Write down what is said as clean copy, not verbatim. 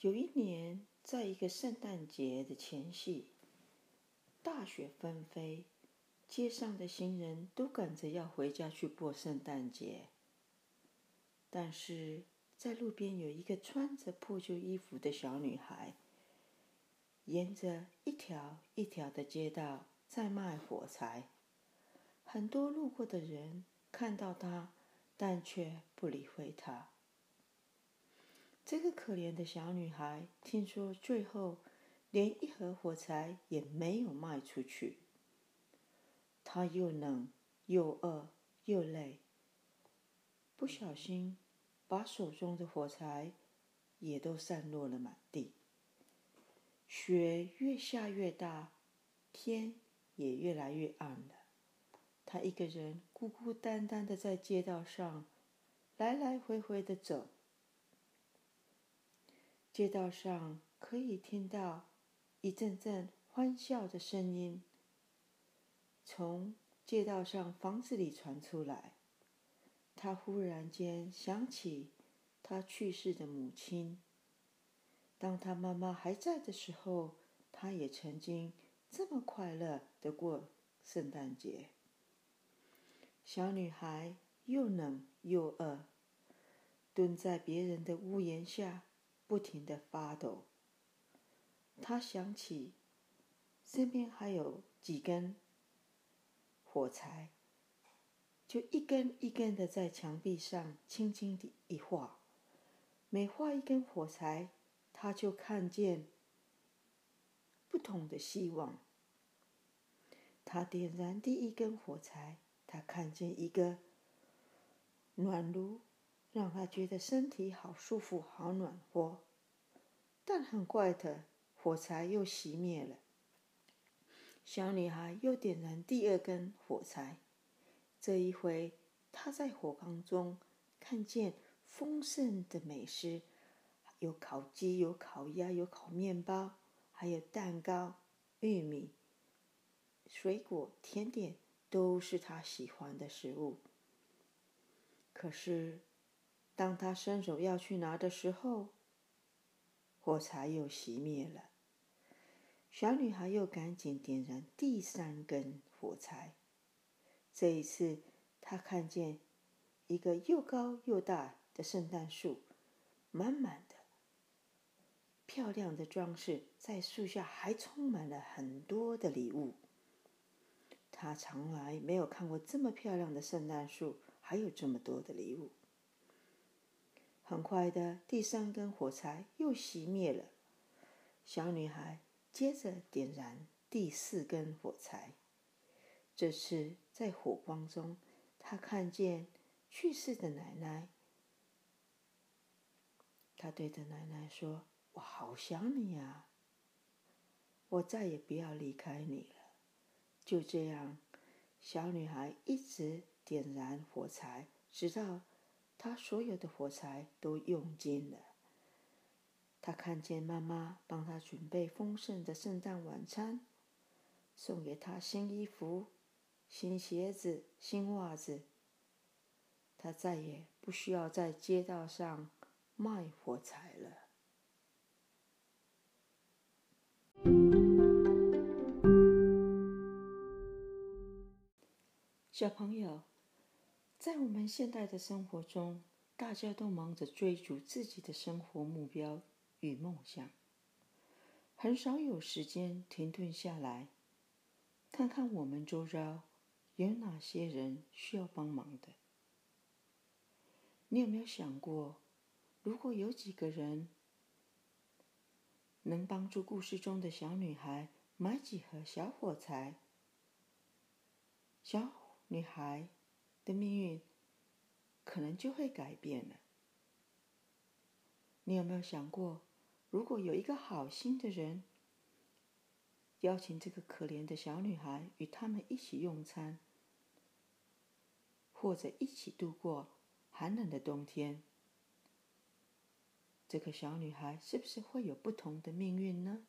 有一年，在一个圣诞节的前夕，大雪纷飞，街上的行人都赶着要回家去过圣诞节。但是，在路边有一个穿着破旧衣服的小女孩，沿着一条一条的街道在卖火柴。很多路过的人看到她，但却不理会她。这个可怜的小女孩听说最后连一盒火柴也没有卖出去，她又冷又饿又累，不小心把手中的火柴也都散落了满地。雪越下越大，天也越来越暗了。她一个人孤孤单单的在街道上来来回回的走。街道上可以听到一阵阵欢笑的声音从街道上房子里传出来。他忽然间想起他去世的母亲，当他妈妈还在的时候，他也曾经这么快乐的过圣诞节。小女孩又冷又饿，蹲在别人的屋檐下不停地发抖。他想起身边还有几根火柴，就一根一根的在墙壁上轻轻地一画。每画一根火柴，他就看见不同的希望。他点燃第一根火柴，他看见一个暖炉，让他觉得身体好舒服好暖和。但很快的，火柴又熄灭了。小女孩又点燃第二根火柴，这一回她在火光中看见丰盛的美食，有烤鸡，有烤鸭，有烤面包，还有蛋糕、玉米、水果、甜点，都是她喜欢的食物。可是当她伸手要去拿的时候，火柴又熄灭了。小女孩又赶紧点燃第三根火柴。这一次，她看见一个又高又大的圣诞树，满满的漂亮的装饰，在树下还充满了很多的礼物。她从来没有看过这么漂亮的圣诞树，还有这么多的礼物。很快的，第三根火柴又熄灭了。小女孩接着点燃第四根火柴。这次在火光中，她看见去世的奶奶。她对着奶奶说：“我好想你啊，我再也不要离开你了。”就这样，小女孩一直点燃火柴，直到她所有的火柴都用尽了。她看见妈妈帮她准备丰盛的圣诞晚餐，送给她新衣服、新鞋子、新袜子。她再也不需要在街道上卖火柴了。小朋友，在我们现代的生活中，大家都忙着追逐自己的生活目标与梦想，很少有时间停顿下来，看看我们周遭有哪些人需要帮忙的。你有没有想过，如果有几个人能帮助故事中的小女孩买几盒小火柴，小女孩的命运可能就会改变了。你有没有想过，如果有一个好心的人邀请这个可怜的小女孩与他们一起用餐，或者一起度过寒冷的冬天，这个小女孩是不是会有不同的命运呢？